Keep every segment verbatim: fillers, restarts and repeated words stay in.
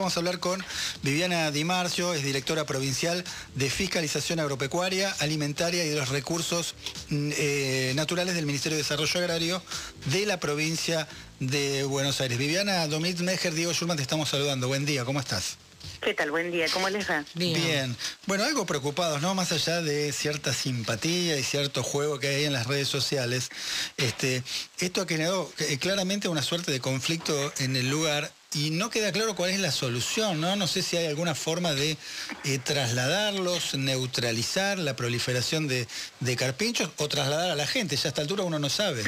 Vamos a hablar con Viviana Di Marcio, es directora provincial de Fiscalización Agropecuaria, Alimentaria y de los Recursos eh, Naturales del Ministerio de Desarrollo Agrario de la provincia de Buenos Aires. Viviana, Dominic Mejer, Diego Schulman, te estamos saludando. Buen día, ¿cómo estás? ¿Qué tal? Buen día, ¿cómo les va? Bien. Bien. Bueno, algo preocupados, ¿no? Más allá de cierta simpatía y cierto juego que hay en las redes sociales, este, esto ha generado claramente una suerte de conflicto en el lugar y no queda claro cuál es la solución, ¿no? No sé si hay alguna forma de eh, trasladarlos, neutralizar la proliferación de, de carpinchos o trasladar a la gente. Ya a esta altura uno no sabe.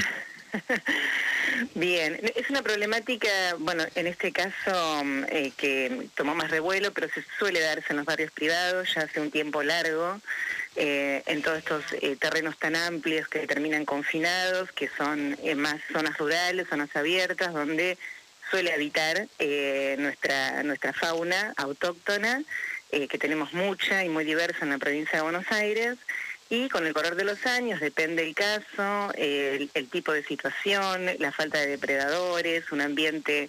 Bien, es una problemática, bueno, en este caso eh, que tomó más revuelo, pero se suele darse en los barrios privados ya hace un tiempo largo, eh, en todos estos eh, terrenos tan amplios que terminan confinados, que son eh, más zonas rurales, zonas abiertas, donde suele habitar eh, nuestra, nuestra fauna autóctona, eh, que tenemos mucha y muy diversa en la provincia de Buenos Aires. Y con el correr de los años, depende el caso, eh, el, el tipo de situación, la falta de depredadores, un ambiente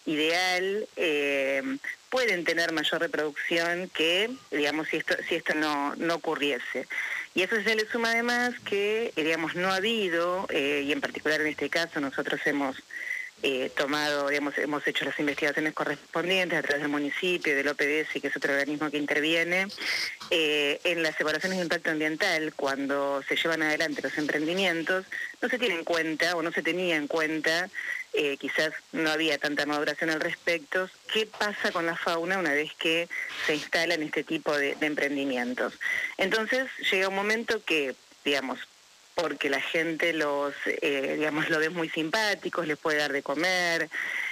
ideal, eh, pueden tener mayor reproducción que, digamos, si esto, si esto no, no ocurriese. Y eso se le suma además que, digamos, no ha habido, eh, y en particular en este caso nosotros hemos Eh, tomado, digamos, hemos hecho las investigaciones correspondientes a través del municipio, del O P D S, que es otro organismo que interviene, eh, en las evaluaciones de impacto ambiental, cuando se llevan adelante los emprendimientos, no se tiene en cuenta, o no se tenía en cuenta, eh, quizás no había tanta maduración al respecto, qué pasa con la fauna una vez que se instalan este tipo de, de emprendimientos. Entonces, llega un momento que, digamos, porque la gente los, eh, digamos, lo ve muy simpáticos, les puede dar de comer,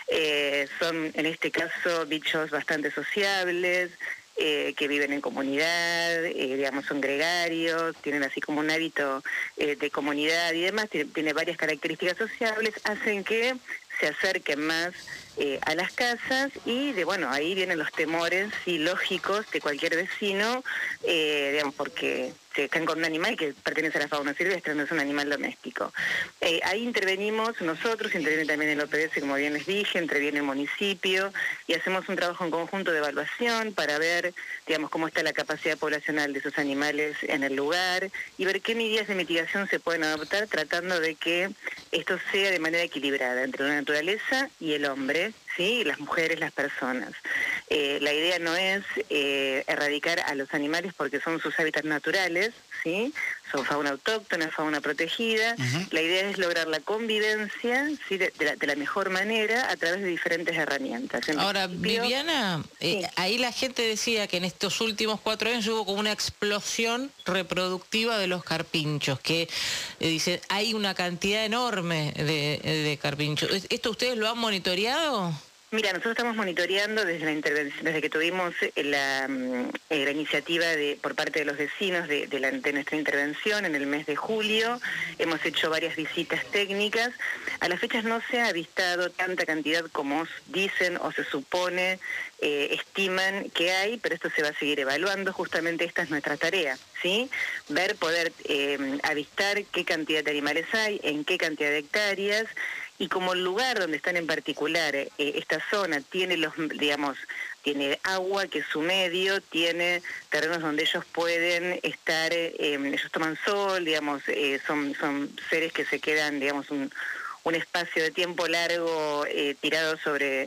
eh, son en este caso bichos bastante sociables, eh, que viven en comunidad, eh, digamos, son gregarios, tienen así como un hábito eh, de comunidad y demás, tiene, tiene varias características sociables, hacen que se acerquen más eh, a las casas y de bueno, ahí vienen los temores sí, lógicos de cualquier vecino, eh, digamos, porque se están con un animal que pertenece a la fauna silvestre, no es un animal doméstico. Eh, ahí intervenimos nosotros, interviene también el O P D S, como bien les dije, interviene el municipio y hacemos un trabajo en conjunto de evaluación para ver, digamos, cómo está la capacidad poblacional de esos animales en el lugar y ver qué medidas de mitigación se pueden adoptar tratando de que esto sea de manera equilibrada entre la naturaleza y el hombre, ¿sí? Las mujeres, las personas. Eh, la idea no es eh, erradicar a los animales porque son sus hábitats naturales, ¿sí? Son fauna autóctona, fauna protegida. Uh-huh. La idea es lograr la convivencia, ¿sí? de, de, la, de la mejor manera a través de diferentes herramientas. En Ahora, Viviana, eh, sí. ahí la gente decía que en estos últimos cuatro años hubo como una explosión reproductiva de los carpinchos, que eh, dice, hay una cantidad enorme de, de carpinchos. ¿Esto ustedes lo han monitoreado? Mira, nosotros estamos monitoreando desde la intervención, desde que tuvimos la, la iniciativa de por parte de los vecinos de, de, la, de nuestra intervención en el mes de julio. Hemos hecho varias visitas técnicas. A las fechas no se ha avistado tanta cantidad como dicen o se supone, eh, estiman que hay, pero esto se va a seguir evaluando. Justamente esta es nuestra tarea, ¿sí? Ver, poder eh, avistar qué cantidad de animales hay, en qué cantidad de hectáreas. Y como el lugar donde están en particular, eh, esta zona tiene los, digamos, tiene agua, que es su medio, tiene terrenos donde ellos pueden estar, eh, ellos toman sol, digamos, eh, son, son seres que se quedan, digamos, un, un espacio de tiempo largo eh, tirado sobre...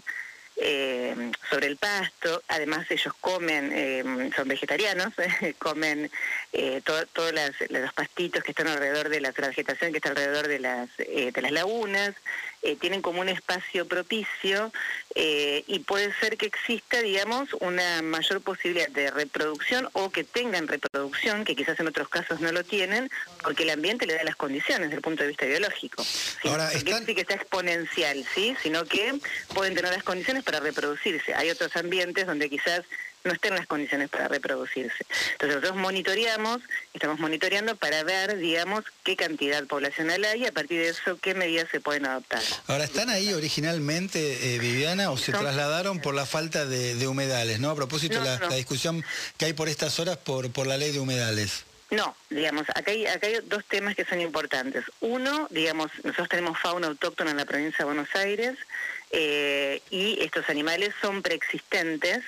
Eh, sobre el pasto. Además ellos comen, eh, son vegetarianos, eh, comen eh, todos todo los pastitos que están alrededor de la, la vegetación que está alrededor de las, eh, de las lagunas, eh, tienen como un espacio propicio eh, y puede ser que exista, digamos, una mayor posibilidad de reproducción o que tengan reproducción, que quizás en otros casos no lo tienen, porque el ambiente le da las condiciones desde el punto de vista biológico. ¿Sí? Ahora, están... sí que está exponencial, ¿sí? Sino que pueden tener las condiciones para reproducirse. Hay otros ambientes donde quizás no estén las condiciones para reproducirse. Entonces nosotros monitoreamos, estamos monitoreando para ver, digamos, qué cantidad poblacional hay y a partir de eso qué medidas se pueden adoptar. Ahora, ¿están ahí originalmente, eh, Viviana, o se Son... trasladaron por la falta de, de humedales, ¿no? A propósito, no, la, no. la discusión que hay por estas horas por, por la ley de humedales. No, digamos, acá hay, acá hay dos temas que son importantes. Uno, digamos, nosotros tenemos fauna autóctona en la provincia de Buenos Aires, eh, y estos animales son preexistentes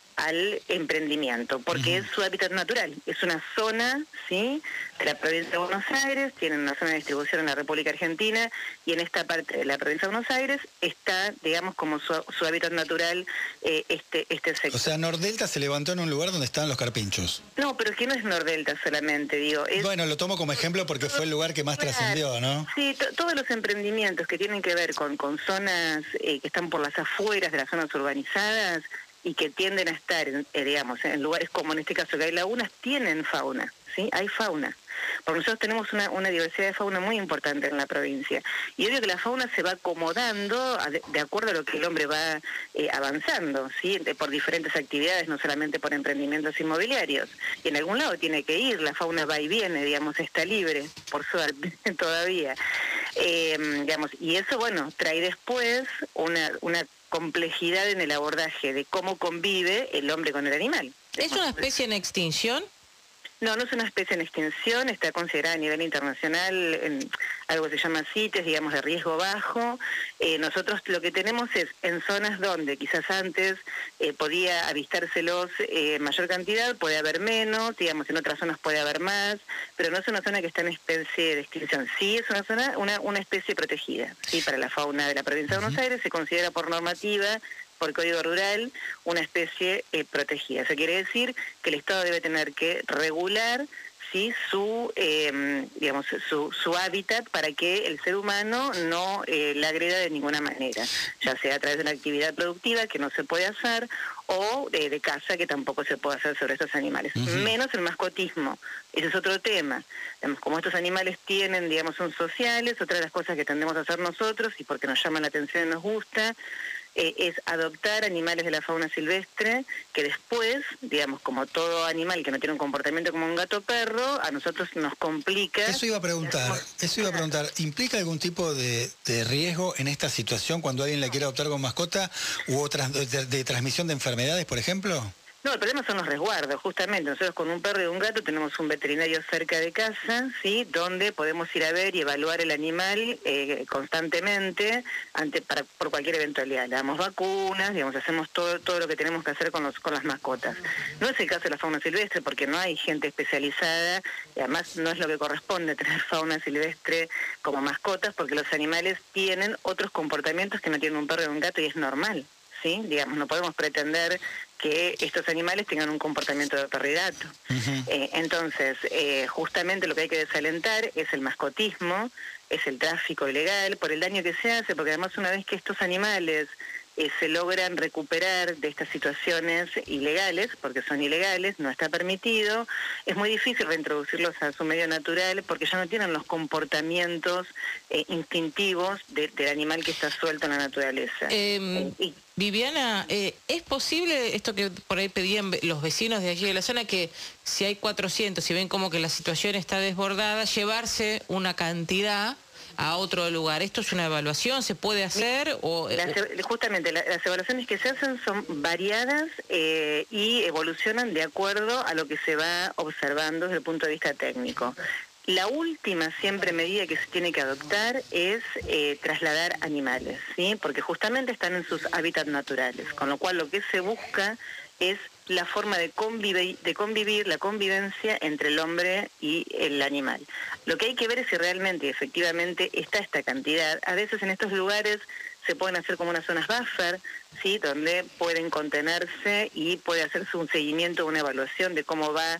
al emprendimiento, porque uh-huh. es su hábitat natural, es una zona, ¿sí?, de la provincia de Buenos Aires, tienen una zona de distribución en la República Argentina, y en esta parte de la provincia de Buenos Aires está, digamos, como su, su hábitat natural eh, este, este sector. O sea, Nordelta se levantó en un lugar donde estaban los carpinchos. No, pero es que no es Nordelta solamente, digo. Es, bueno, lo tomo como ejemplo porque fue el lugar que más claro, trascendió, ¿no? Sí, to- todos los emprendimientos que tienen que ver con, con zonas eh, que están por las afueras de las zonas urbanizadas, y que tienden a estar, en, eh, digamos, en lugares como en este caso que hay lagunas, tienen fauna, ¿sí? Hay fauna. Porque nosotros tenemos una, una diversidad de fauna muy importante en la provincia. Y obvio que la fauna se va acomodando a de, de acuerdo a lo que el hombre va eh, avanzando, ¿sí? De, por diferentes actividades, no solamente por emprendimientos inmobiliarios. Y en algún lado tiene que ir, la fauna va y viene, digamos, está libre, por suerte, todavía. Eh, digamos, y eso, bueno, trae después una... una complejidad en el abordaje de cómo convive el hombre con el animal. ¿Es una especie en extinción? No, no es una especie en extinción, está considerada a nivel internacional en algo que se llama CITES, digamos, de riesgo bajo. Eh, nosotros lo que tenemos es en zonas donde quizás antes eh, podía avistárselos eh, mayor cantidad, puede haber menos, digamos, en otras zonas puede haber más, pero no es una zona que está en especie de extinción. Sí es una zona, una, una especie protegida, sí, para la fauna de la provincia de Buenos Aires, se considera por normativa, por Código Rural, una especie eh, protegida. Eso quiere decir que el Estado debe tener que regular, ¿sí?, su, eh, digamos, su, su hábitat para que el ser humano no eh, la agreda de ninguna manera, ya sea a través de una actividad productiva que no se puede hacer o de, de caza que tampoco se puede hacer sobre estos animales, uh-huh. menos el mascotismo. Ese es otro tema. Digamos, como estos animales tienen, digamos, son sociales, otra de las cosas que tendemos a hacer nosotros, y porque nos llaman la atención y nos gusta, Eh, es adoptar animales de la fauna silvestre que después, digamos, como todo animal que no tiene un comportamiento como un gato o perro, a nosotros nos complica. Eso iba a preguntar, eso iba a preguntar, ¿implica algún tipo de, de riesgo en esta situación cuando alguien la quiere adoptar como mascota u otras de, de, de transmisión de enfermedades, por ejemplo? No, el problema son los resguardos, justamente. Nosotros con un perro y un gato tenemos un veterinario cerca de casa, ¿sí?, donde podemos ir a ver y evaluar el animal eh, constantemente ante para por cualquier eventualidad. Le damos vacunas, digamos, hacemos todo todo lo que tenemos que hacer con los con las mascotas. No es el caso de la fauna silvestre, porque no hay gente especializada, y además no es lo que corresponde tener fauna silvestre como mascotas, porque los animales tienen otros comportamientos que no tienen un perro y un gato, y es normal, ¿sí? Digamos, no podemos pretender que estos animales tengan un comportamiento de perro y gato. Uh-huh. Eh, entonces, eh, justamente lo que hay que desalentar es el mascotismo, es el tráfico ilegal, por el daño que se hace, porque además una vez que estos animales eh, se logran recuperar de estas situaciones ilegales, porque son ilegales, no está permitido, es muy difícil reintroducirlos a su medio natural porque ya no tienen los comportamientos eh, instintivos de, del animal que está suelto en la naturaleza. Eh, eh, y, Viviana, eh, ¿es posible esto que por ahí pedían los vecinos de allí de la zona, que si hay cuatrocientos, si ven como que la situación está desbordada, llevarse una cantidad a otro lugar? ¿Esto es una evaluación? ¿Se puede hacer? O, las, justamente, la, las evaluaciones que se hacen son variadas eh, y evolucionan de acuerdo a lo que se va observando desde el punto de vista técnico. La última siempre medida que se tiene que adoptar es eh, trasladar animales, ¿sí? Porque justamente están en sus hábitats naturales, con lo cual lo que se busca es la forma de convivir, de convivir, la convivencia entre el hombre y el animal. Lo que hay que ver es si realmente y efectivamente está esta cantidad. A veces en estos lugares se pueden hacer como unas zonas buffer, ¿sí?, donde pueden contenerse y puede hacerse un seguimiento, una evaluación de cómo va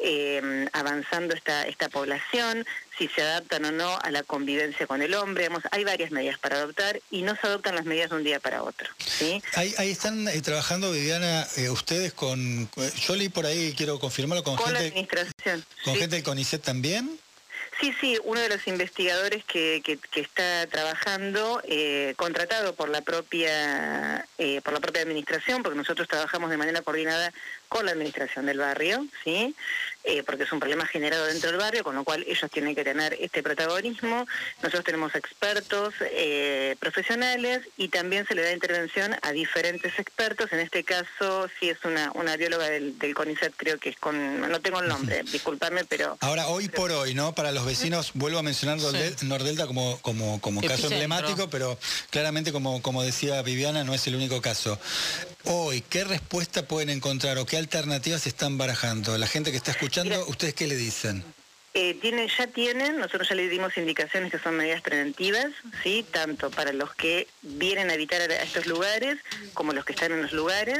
eh, avanzando esta, esta población, si se adaptan o no a la convivencia con el hombre. Digamos, hay varias medidas para adoptar y no se adoptan las medidas de un día para otro, ¿sí? Ahí, ahí están eh, trabajando, Viviana, eh, ustedes con... Yo leí por ahí, quiero confirmarlo, con, con gente... la administración. ¿Con ¿sí? gente del CONICET también? Sí, sí, uno de los investigadores que, que, que está trabajando, eh, contratado por la propia eh, por la propia administración, porque nosotros trabajamos de manera coordinada con la administración del barrio, ¿sí? eh, porque es un problema generado dentro del barrio, con lo cual ellos tienen que tener este protagonismo. Nosotros tenemos expertos eh, profesionales y también se le da intervención a diferentes expertos. En este caso, sí es una, una bióloga del, del CONICET, creo que es con... no tengo el nombre, discúlpame, pero... Ahora, hoy por hoy, ¿no? Para los vecinos, vuelvo a mencionar sí. Nordelta como, como, como caso emblemático, pero claramente, como, como decía Viviana, no es el único caso. Hoy, ¿qué respuesta pueden encontrar o qué alternativas están barajando? La gente que está escuchando, Mira, ¿ustedes qué le dicen? Eh, tienen, ya tienen, nosotros ya les dimos indicaciones que son medidas preventivas, ¿sí? Tanto para los que vienen a habitar a estos lugares como los que están en los lugares.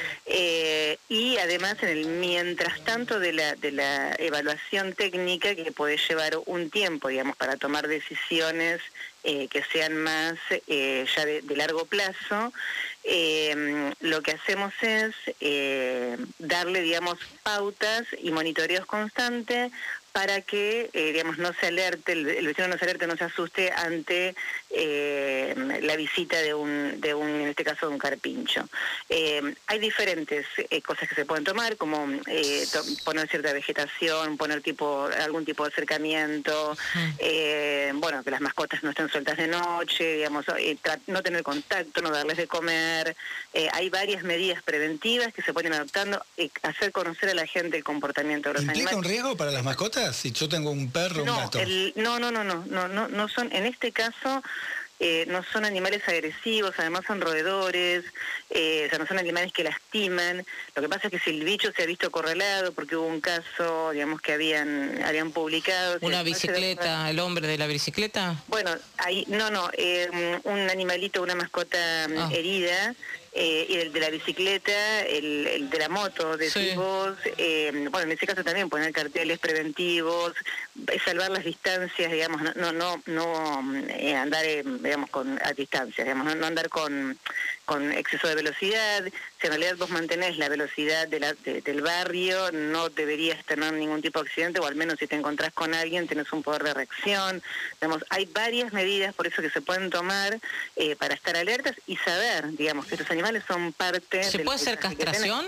Eh, y además en el mientras tanto de la, de la evaluación técnica, que puede llevar un tiempo, digamos, para tomar decisiones eh, que sean más eh, ya de, de largo plazo, eh, lo que hacemos es eh, darle, digamos, pautas y monitoreos constantes para que, eh, digamos, no se alerte, el, el vecino no se alerte, no se asuste ante eh, la visita de un, de un, en este caso, de un carpincho. Eh, hay diferentes eh, cosas que se pueden tomar, como eh, to poner cierta vegetación, poner tipo algún tipo de acercamiento, eh, bueno, que las mascotas no estén sueltas de noche, digamos, eh, no tener contacto, no darles de comer. Eh, hay varias medidas preventivas que se pueden adoptando, eh, hacer conocer a la gente el comportamiento de los animales. ¿Implica un riesgo para las mascotas? Si yo tengo un perro o no, un gato. El, no, no, no, no, no, no, no son, en este caso, eh, no son animales agresivos, además son roedores, eh, o sea, no son animales que lastiman. Lo que pasa es que si el bicho se ha visto correlado, porque hubo un caso, digamos, que habían, habían publicado... ¿Una bicicleta, de... el hombre de la bicicleta? Bueno, ahí, no, no, eh, un animalito, una mascota ah. herida, Eh, y el de la bicicleta, el, el de la moto, decís sí. vos, eh, bueno, en ese caso también poner carteles preventivos, salvar las distancias, digamos, no no no, no eh, andar, eh, digamos, con a distancias, digamos, no, no andar con, con exceso de velocidad. Si en realidad vos mantenés la velocidad de la, de, del barrio, no deberías tener ningún tipo de accidente, o al menos si te encontrás con alguien tenés un poder de reacción. Digamos, hay varias medidas por eso que se pueden tomar eh, para estar alertas y saber, digamos, que estos animales son parte... ¿Se puede hacer castración?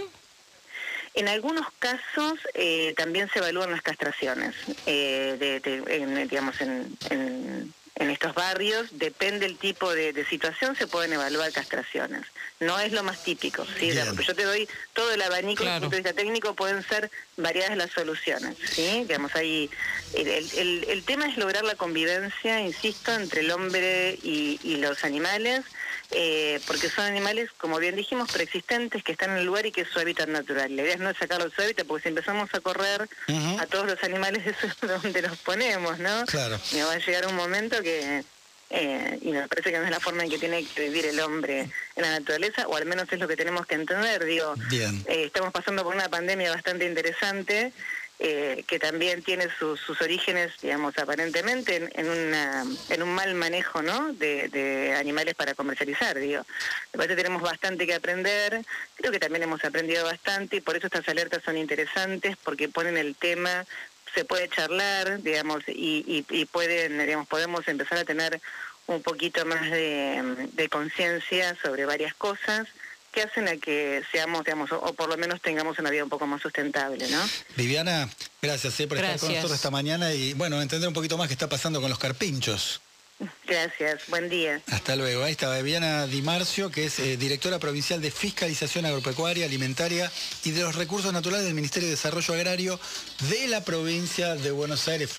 En algunos casos eh, también se evalúan las castraciones, eh, de, de, en, digamos, en, en, en estos barrios, depende del tipo de, de situación, se pueden evaluar castraciones. No es lo más típico, ¿sí? Porque yo te doy todo el abanico, claro. Desde el punto de vista técnico pueden ser variadas las soluciones, ¿sí? Digamos, ahí, el, el, el tema es lograr la convivencia, insisto, entre el hombre y, y los animales, eh, porque son animales, como bien dijimos, preexistentes, que están en el lugar y que es su hábitat natural. La idea es no sacarlos de su hábitat, porque si empezamos a correr uh-huh. a todos los animales, eso es donde los ponemos, ¿no? Claro. Y va a llegar un momento que... Eh, y me parece que no es la forma en que tiene que vivir el hombre en la naturaleza, o al menos es lo que tenemos que entender. Digo, eh, estamos pasando por una pandemia bastante interesante, eh, que también tiene sus, sus orígenes, digamos, aparentemente en, en, una, en un mal manejo, ¿no?, de, de animales para comercializar. Digo, me parece que tenemos bastante que aprender, creo que también hemos aprendido bastante, y por eso estas alertas son interesantes, porque ponen el tema, se puede charlar, digamos, y, y, y pueden, digamos, podemos empezar a tener un poquito más de, de conciencia sobre varias cosas que hacen a que seamos, digamos, o, o por lo menos tengamos una vida un poco más sustentable, ¿no? Viviana, gracias eh, por gracias. estar con nosotros esta mañana y, bueno, entender un poquito más qué está pasando con los carpinchos. Gracias, buen día. Hasta luego. Ahí está Viviana Di Marcio, que es eh, directora provincial de Fiscalización Agropecuaria, Alimentaria y de los Recursos Naturales del Ministerio de Desarrollo Agrario de la provincia de Buenos Aires.